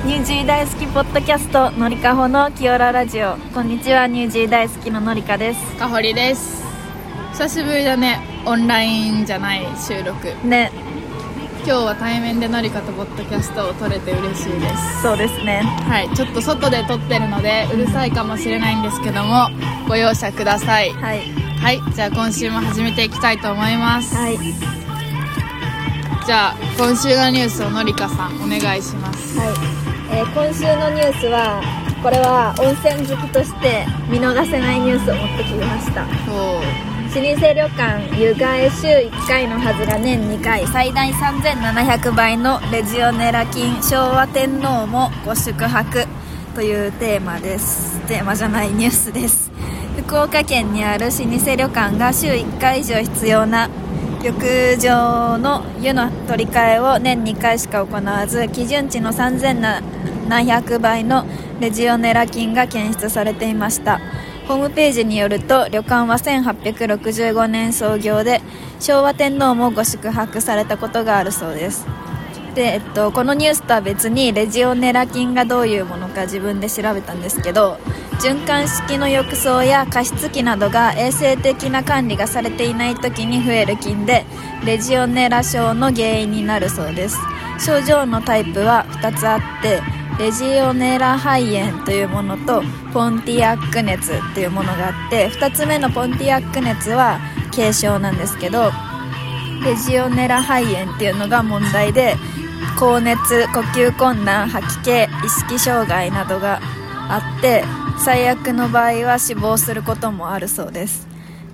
ニュージー大好きポッドキャストのりかほのキオララジオ。こんにちは、ニュージー大好きののりかです。 かほりです。久しぶりだね、オンラインじゃない収録ね。 今日は対面でのりかとポッドキャストを撮れて嬉しいです。 そうですね。 はい、ちょっと外で撮ってるのでうるさいかもしれないんですけども、ご容赦ください。 はい、 はい、じゃあ今週も始めていきたいと思います。 はい、 じゃあ今週のニュースをのりかさんお願いします。 はい。今週のニュースは、これは温泉好きとして見逃せないニュースを持ってきました。老舗旅館湯ヶ江週1回のはずが年2回、最大3700倍のレジオネラ菌、昭和天皇もご宿泊というテーマです。テーマじゃないニュースです。福岡県にある老舗旅館が週1回以上必要な浴場の湯の取り替えを年2回しか行わず、基準値の3700倍のレジオネラ菌が検出されていました。ホームページによると、旅館は1865年創業で、昭和天皇もご宿泊されたことがあるそうです。で、このニュースとは別にレジオネラ菌がどういうものか自分で調べたんですけど、循環式の浴槽や加湿器などが衛生的な管理がされていない時に増える菌で、レジオネラ症の原因になるそうです。症状のタイプは2つあって、レジオネラ肺炎というものとポンティアック熱というものがあって、2つ目のポンティアック熱は軽症なんですけど、レジオネラ肺炎っていうのが問題で、高熱、呼吸困難、吐き気、意識障害などがあって、最悪の場合は死亡することもあるそうです。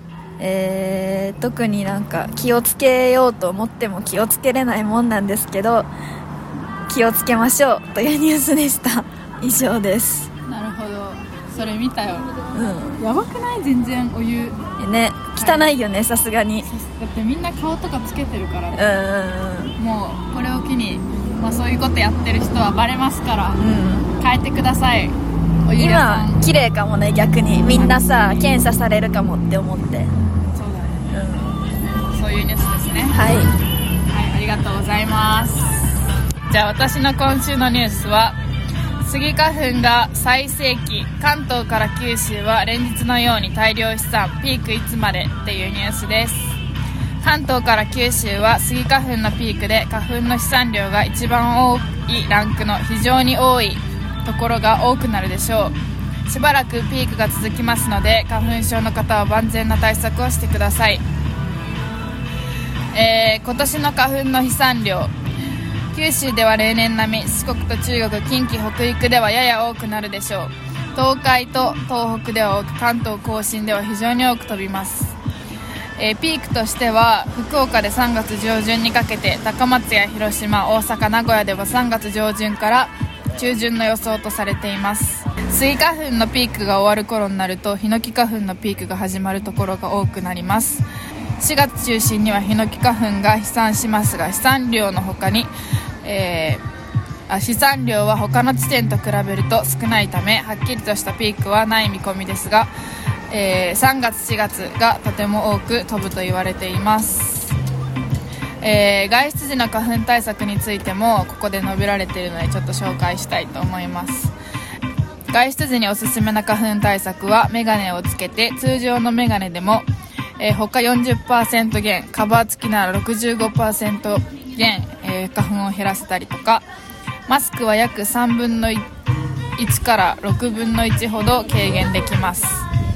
特になんか気をつけようと思っても気をつけれないもんなんですけど、気をつけましょうというニュースでした。以上です。 なるほど、それ見たよ。やばくない？全然お湯ね、汚いよね、さすがに。 だってみんな顔とかつけてるから、もうこれを機に、そういうことやってる人はバレますから、変えてください。お湯屋さん今綺麗かもね、逆にみんなさ、検査されるかもって思って。 そうだね、そういうニュースですね。 はい、 ありがとうございます。じゃあ私の今週のニュースは、スギ花粉が最盛期、関東から九州は連日のように大量飛散、ピークいつまでっていうニュースです。関東から九州はスギ花粉のピークで、花粉の飛散量が一番多いランクの非常に多いところが多くなるでしょう。しばらくピークが続きますので、花粉症の方は万全な対策をしてください。今年の花粉の飛散量、九州では例年並み、四国と中国、近畿、北陸ではやや多くなるでしょう。東海と東北では多く、関東甲信では非常に多く飛びます。ピークとしては福岡で3月上旬にかけて、高松や広島、大阪、名古屋では3月上旬から中旬の予想とされています。スギ花粉のピークが終わる頃になると、ヒノキ花粉のピークが始まるところが多くなります。4月中心にはヒノキ花粉が飛散しますが、飛散量の他に飛散量は他の地点と比べると少ないため、はっきりとしたピークはない見込みですが、3月4月がとても多く飛ぶと言われています。外出時の花粉対策についてもここで述べられているので、ちょっと紹介したいと思います。外出時におすすめな花粉対策は、メガネをつけて、通常のメガネでも、他 40% 減、カバー付きなら 65% 減、花粉を減らせたりとか、マスクは約3分の1から6分の1ほど軽減できます。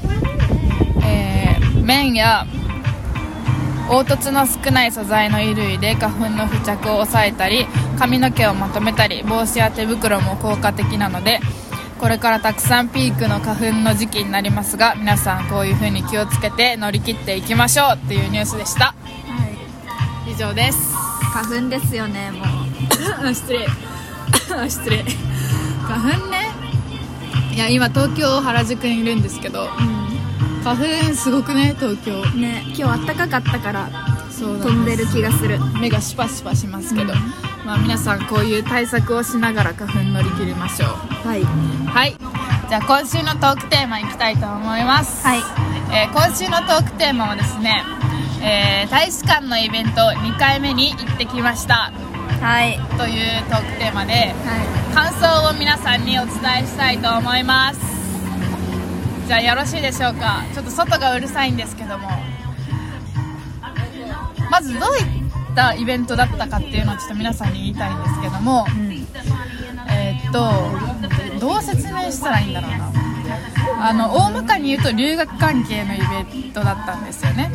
綿や凹凸の少ない素材の衣類で花粉の付着を抑えたり、髪の毛をまとめたり、帽子や手袋も効果的なので、これからたくさんピークの花粉の時期になりますが、皆さんこういう風に気をつけて乗り切っていきましょうっていうニュースでした。以上です。 花粉ですよね、もう失礼失礼。花粉ね。いや、今東京原宿にいるんですけど、花粉すごくね、東京ね。今日暖かかったから飛んでる気がする。 目がシュパシュパしますけど、皆さんこういう対策をしながら花粉乗り切りましょう。 はい、 じゃあ今週のトークテーマいきたいと思います。今週のトークテーマはですね、大使館のイベント2回目に行ってきました、というトークテーマで、 感想を皆さんにお伝えしたいと思います。じゃあよろしいでしょうか。ちょっと外がうるさいんですけども、まずどういったイベントだったかっていうのをちょっと皆さんに言いたいんですけども、どう説明したらいいんだろうな。大まかに言うと留学関係のイベントだったんですよね。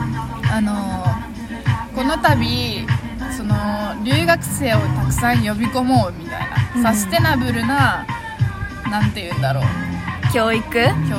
この度その留学生をたくさん呼び込もうみたいな、サステナブルな、なんて言うんだろう、 教育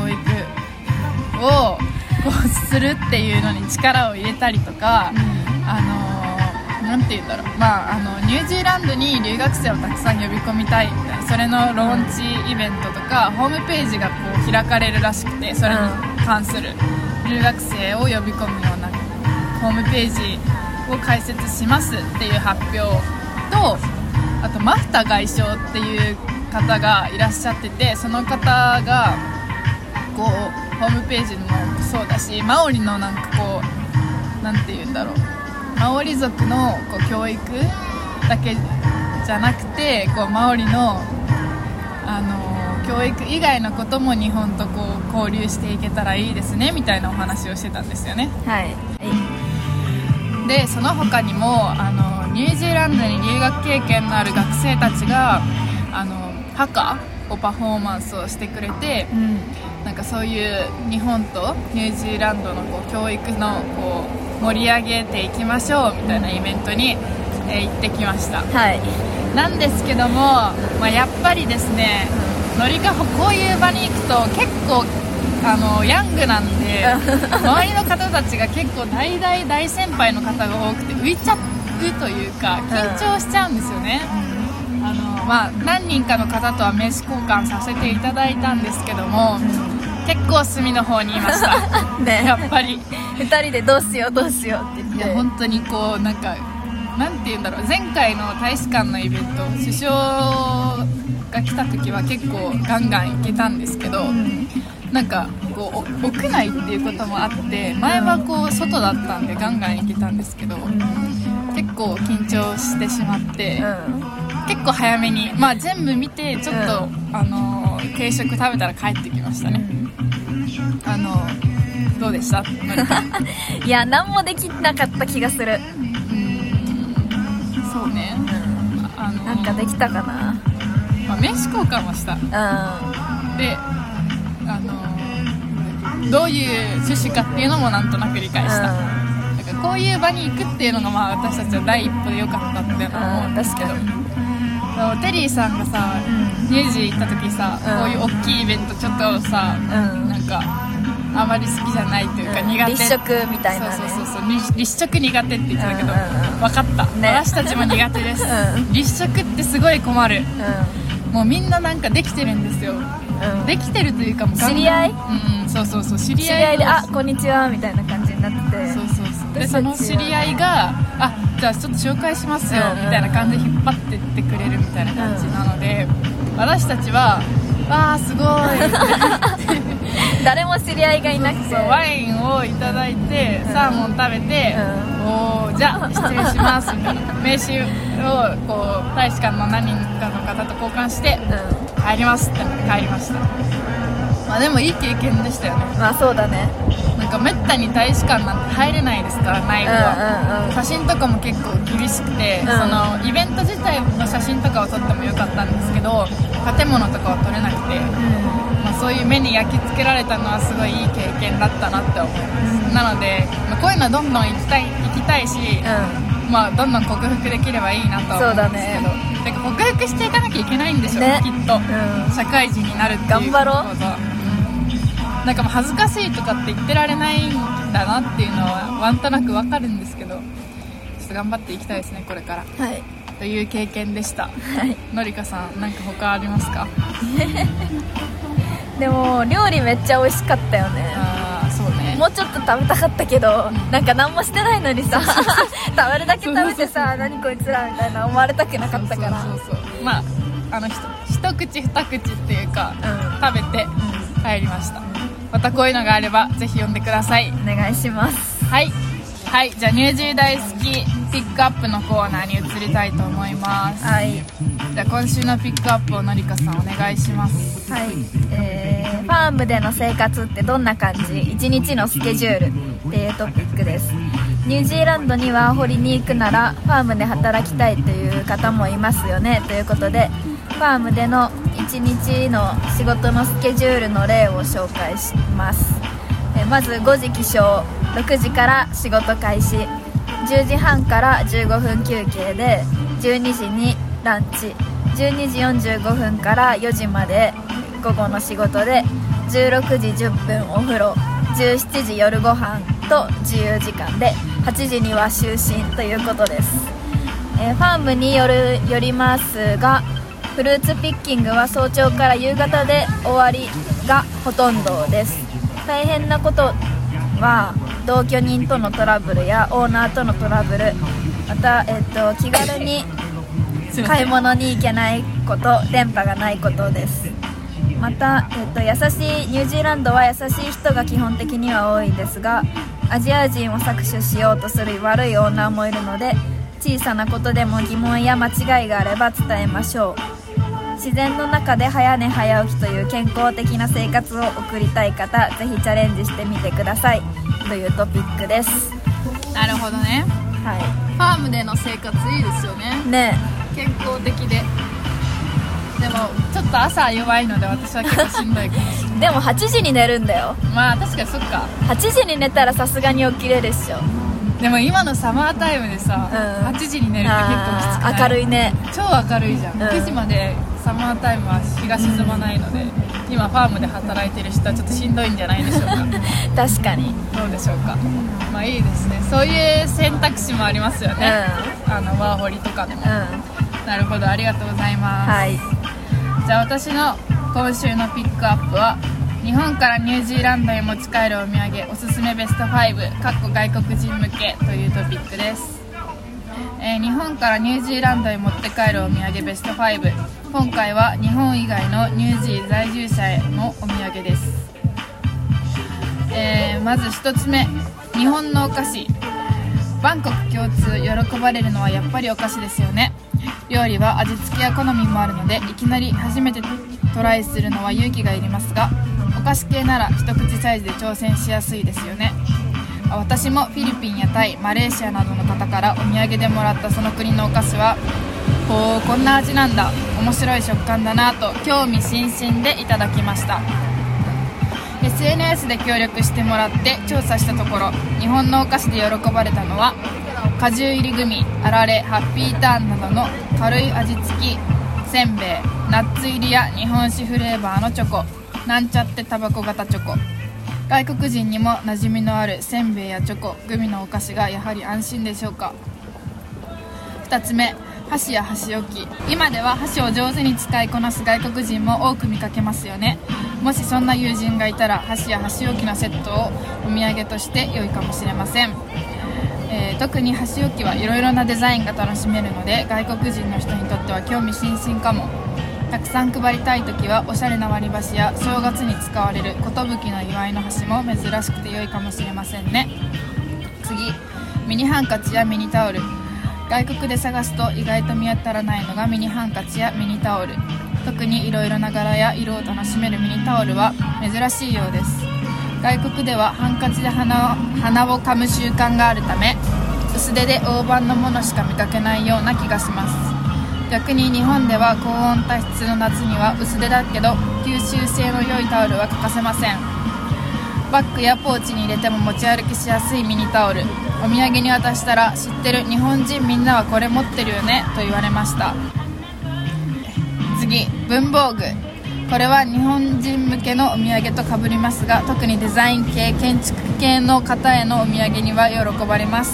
をこうするっていうのに力を入れたりとか、なんて言うんだろう、ニュージーランドに留学生をたくさん呼び込みたいみたいな、それのローンチイベントとかホームページがこう開かれるらしくて、それに関する留学生を呼び込むようなホームページを開設しますっていう発表と、あとマフタ外相っていう方がいらっしゃってて、その方がこうホームページもそうだし、マオリのなんかこう、なんて言うんだろう、マオリ族のこう教育だけじゃなくて、こうマオリの、教育以外のことも日本とこう交流していけたらいいですねみたいなお話をしてたんですよね。 はい。 でその他にもニュージーランドに留学経験のある学生たちがハカをパフォーマンスをしてくれて、なんかそういう日本とニュージーランドのこう教育のこう盛り上げていきましょうみたいなイベントに、行ってきました。 はい。 なんですけども、やっぱりですね、のりかほこういう場に行くと結構ヤングなんで周りの方たちが結構大先輩の方が多くて浮いちゃうというか緊張しちゃうんですよね。何人かの方とは名刺交換させていただいたんですけども、結構隅の方にいましたね、 やっぱり 2人でどうしようって言って、 いや本当にこうなんて言うんだろう、前回の大使館のイベント、首相が来た時は結構ガンガン行けたんですけど、なんかこう屋内っていうこともあって、前はこう外だったんでガンガン行けたんですけど、結構緊張してしまって、結構早めに、全部見てちょっと、軽食食べたら帰ってきましたね。どうでした？ いや、何もできなかった気がする。 そうね、 なんかできたかな。 名刺交換はした。でどういう趣旨かっていうのもなんとなく理解した。だからこういう場に行くっていうのが私たちは第一歩で良かったっていうのは思うんですけど、テリーさんがさ、ニュージー行った時さ、こういう大きいイベントちょっとさ、なんかあまり好きじゃないというか、苦手、 立食みたいなね。 そう立食苦手って言ってたけど、分かった、私たちも苦手です。立食ってすごい困る。もうみんななんかできてるんですよ。できてるというか、もう知り合い？ そう知り合いで、こんにちはみたいな感じになってて、 でその知り合いがじゃあちょっと紹介しますよみたいな感じで引っ張ってってくれるみたいな感じなので、私たちはすごい誰も知り合いがいなくて、 ワインをいただいて、サーモン食べて、じゃあ失礼しますみたいな名刺をこう大使館の何人かの方と交換して、帰りますって帰りました。でもいい経験でしたよね。 そうだね。 なんかめったに大使館なんて入れないですから、内部は。写真とかも結構厳しくて、そのイベント自体の写真とかを撮ってもよかったんですけど、建物とかは撮れなくて、そういう目に焼き付けられたのはすごいいい経験だったなって思います。なので、こういうのはどんどん行きたいし、どんどん克服できればいいなとは思うんですけど、てか克服していかなきゃいけないんでしょ、きっと、社会人になるっていうこと。頑張ろう。なんか恥ずかしいとかって言ってられないんだなっていうのはなんとなくわかるんですけど、ちょっと頑張っていきたいですね、これから。という経験でした。のりかさん、なんか他ありますか？でも料理めっちゃ美味しかったよね。 そうね。 もうちょっと食べたかったけど、なんか何もしてないのにさ食べるだけ食べてさ、何こいつらみたいな思われたくなかったから、 一口二口っていうか、食べて帰りました。またこういうのがあればぜひ呼んでください。 お願いします。 はい、 はい、じゃあニュージー大好きピックアップのコーナーに移りたいと思います。 はい。 じゃあ今週のピックアップをのりかさんお願いします。 はい。ファームでの生活ってどんな感じ？一日のスケジュールっていうトピックです。ニュージーランドにワーホリに行くならファームで働きたいという方もいますよねということで、ファームでの一日の仕事のスケジュールの例を紹介します。まず5時起床、6時から仕事開始、10時半から15分休憩で12時にランチ、12時45分から4時まで午後の仕事で、16時10分お風呂、17時夜ご飯と自由時間で、8時には就寝ということです。ファームによりますが、フルーツピッキングは早朝から夕方で終わりがほとんどです。大変なことは同居人とのトラブルやオーナーとのトラブル、また、気軽に買い物に行けないこと、電波がないことです。また、優しいニュージーランドは優しい人が基本的には多いですが、アジア人を搾取しようとする悪いオーナーもいるので、小さなことでも疑問や間違いがあれば伝えましょう。自然の中で早寝早起きという健康的な生活を送りたい方、ぜひチャレンジしてみてくださいというトピックです。 なるほどね。 はい。 ファームでの生活いいですよね。 ね、 健康的で。でもちょっと朝弱いので私は結構しんどいかもしれない。 でも8時に寝るんだよ。 まあ確かにそっか。 8時に寝たらさすがに起きれるっしょ。 でも今のサマータイムでさ、8時に寝るって結構きつくない？ 明るいね。 超明るいじゃん、9時までサマータイムは日が沈まないので、今ファームで働いてる人はちょっとしんどいんじゃないでしょうか。 確かに。 どうでしょうか。まあいいですね。そういう選択肢もありますよね、ワーホリとかでも、なるほど、ありがとうございます。 はい。 じゃあ私の今週のピックアップは、日本からニュージーランドへ持ち帰るお土産おすすめベスト5外国人向けというトピックです。日本からニュージーランドへ持って帰るお土産ベスト5、今回は日本以外のニュージー在住者へのお土産です。まず1つ目、日本のお菓子。バンコク共通、喜ばれるのはやっぱりお菓子ですよね。料理は味付けや好みもあるので、いきなり初めてトライするのは勇気がいりますが、お菓子系なら一口サイズで挑戦しやすいですよね。私もフィリピンやタイ、マレーシアなどの方からお土産でもらったその国のお菓子は、こんな味なんだ、面白い食感だなと興味津々でいただきました。 SNS で協力してもらって調査したところ、日本のお菓子で喜ばれたのは果汁入りグミ、あられ、ハッピーターンなどの軽い味付きせんべい、ナッツ入りや日本酒フレーバーのチョコ、なんちゃってタバコ型チョコ。外国人にも馴染みのあるせんべいやチョコ、グミのお菓子がやはり安心でしょうか。2つ目、箸や箸置き。今では箸を上手に使いこなす外国人も多く見かけますよね。もしそんな友人がいたら、箸や箸置きのセットをお土産として良いかもしれません。特に箸置きはいろいろなデザインが楽しめるので、外国人の人にとっては興味津々かも。たくさん配りたいときはおしゃれな割り箸や正月に使われる寿の祝いの箸も珍しくて良いかもしれませんね。次、ミニハンカチやミニタオル。外国で探すと意外と見当たらないのがミニハンカチやミニタオル。特にいろいろな柄や色を楽しめるミニタオルは珍しいようです。外国ではハンカチで鼻を噛む習慣があるため、薄手で大判のものしか見かけないような気がします。逆に日本では高温多湿の夏には薄手だけど吸収性の良いタオルは欠かせません。バッグやポーチに入れても持ち歩きしやすいミニタオル、お土産に渡したら、知ってる日本人みんなはこれ持ってるよねと言われました。次、文房具。これは日本人向けのお土産とかぶりますが、特にデザイン系、建築系の方へのお土産には喜ばれます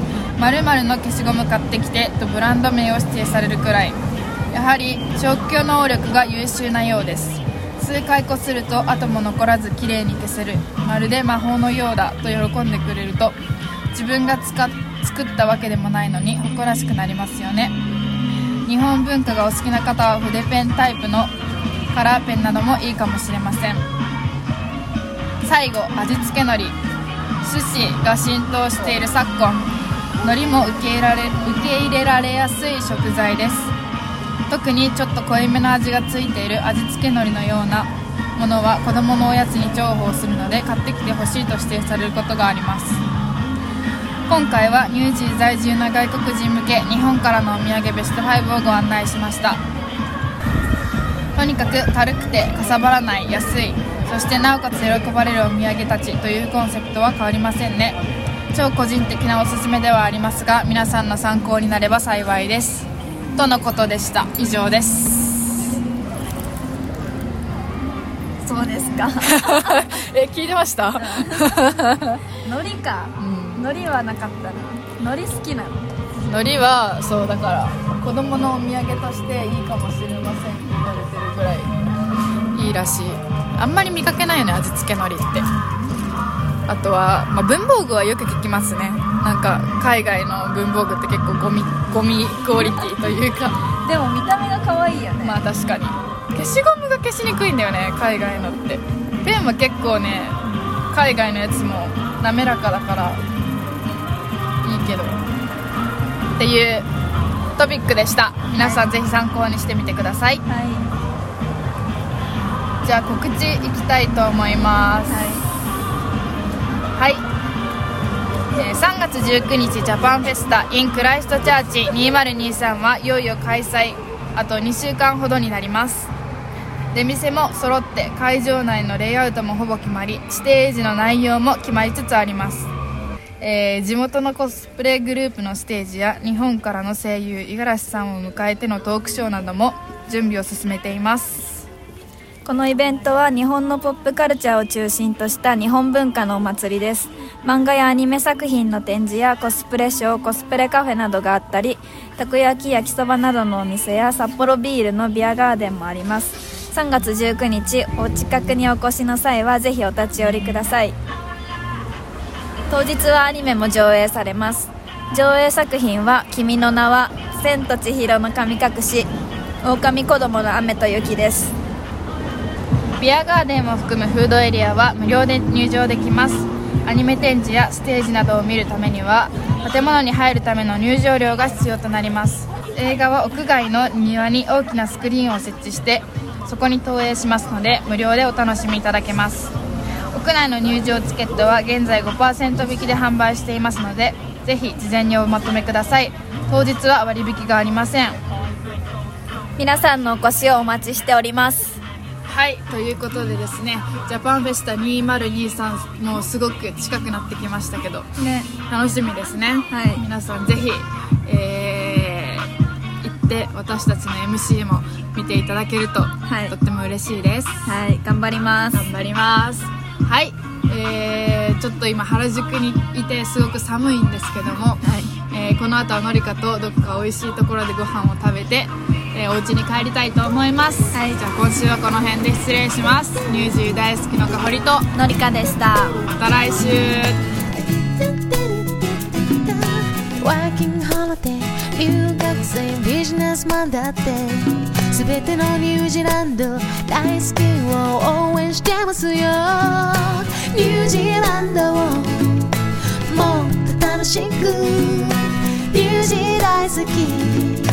。〇〇の消しゴム買ってきてとブランド名を指定されるくらい、やはり消去能力が優秀なようです。数回こすると跡も残らずきれいに消せる、まるで魔法のようだと喜んでくれると、自分が作ったわけでもないのに誇らしくなりますよね。日本文化がお好きな方は筆ペンタイプのカラーペンなどもいいかもしれません。最後、味付け海苔。 寿司が浸透している昨今、海苔も受け入れられやすい食材です。特にちょっと濃いめの味がついている味付け海苔のようなものは子供のおやつに重宝するので買ってきてほしいと指定されることがあります。今回はニュージー在住の外国人向け日本からのお土産ベスト5をご案内しました。とにかく軽くてかさばらない、安い、そしてなおかつ喜ばれるお土産たちというコンセプトは変わりませんね。超個人的なおすすめではありますが、皆さんの参考になれば幸いです、とのことでした。以上です。 そうですか聞いてました海苔か、海苔はなかったな。海苔好きなの？ 海苔はそうだから子供のお土産としていいかもしれませんって言われてるぐらいいいらしい。あんまり見かけないよね、味付け海苔って。あとは、文房具はよく聞きますね。なんか海外の文房具って結構ゴミクオリティというかでも見た目が可愛いよね。 まあ確かに消しゴムが消しにくいんだよね、海外のって。ペンは結構ね、海外のやつも滑らかだからいいけどっていうトピックでした。皆さんぜひ参考にしてみてください。じゃあ告知いきたいと思います。3月19日ジャパンフェスタ in クライストチャーチ2023はいよいよ開催、あと2週間ほどになります。出店も揃って会場内のレイアウトもほぼ決まり、ステージの内容も決まりつつあります。地元のコスプレグループのステージや日本からの声優五十嵐さんを迎えてのトークショーなども準備を進めています。 このイベントは日本のポップカルチャーを中心とした日本文化のお祭りです。漫画やアニメ作品の展示やコスプレショー、コスプレカフェなどがあったり、たこ焼き、焼きそばなどのお店や札幌ビールのビアガーデンもあります。3月19日お近くにお越しの際はぜひお立ち寄りください。当日はアニメも上映されます。上映作品は君の名は、千と千尋の神隠し、狼子供の雨と雪です。 ビアガーデンを含むフードエリアは無料で入場できます。アニメ展示やステージなどを見るためには建物に入るための入場料が必要となります。映画は屋外の庭に大きなスクリーンを設置してそこに投影しますので無料でお楽しみいただけます。屋内の入場チケットは現在 5% 引きで販売していますのでぜひ事前におまとめください。当日は割引がありません。 皆さんのお越しをお待ちしております。 はい、ということでですね、ジャパンフェスタ2023もうすごく近くなってきましたけど、楽しみですね。皆さんぜひ、行って私たちの MC も見ていただけると、とっても嬉しいです。 頑張ります。 ちょっと今原宿にいてすごく寒いんですけども、この後はのりかとどこか美味しいところでご飯を食べて、お家に帰りたいと思います。じゃあ今週はこの辺で失礼します。ニュージー大好きのかほりとのりかでした。 また来週。 ワーキングホリデー、留学生ビジネスマンだってすべてのニュージーランド大好きを応援してますよ。ニュージーランドをもっと楽しく、ニュージー大好き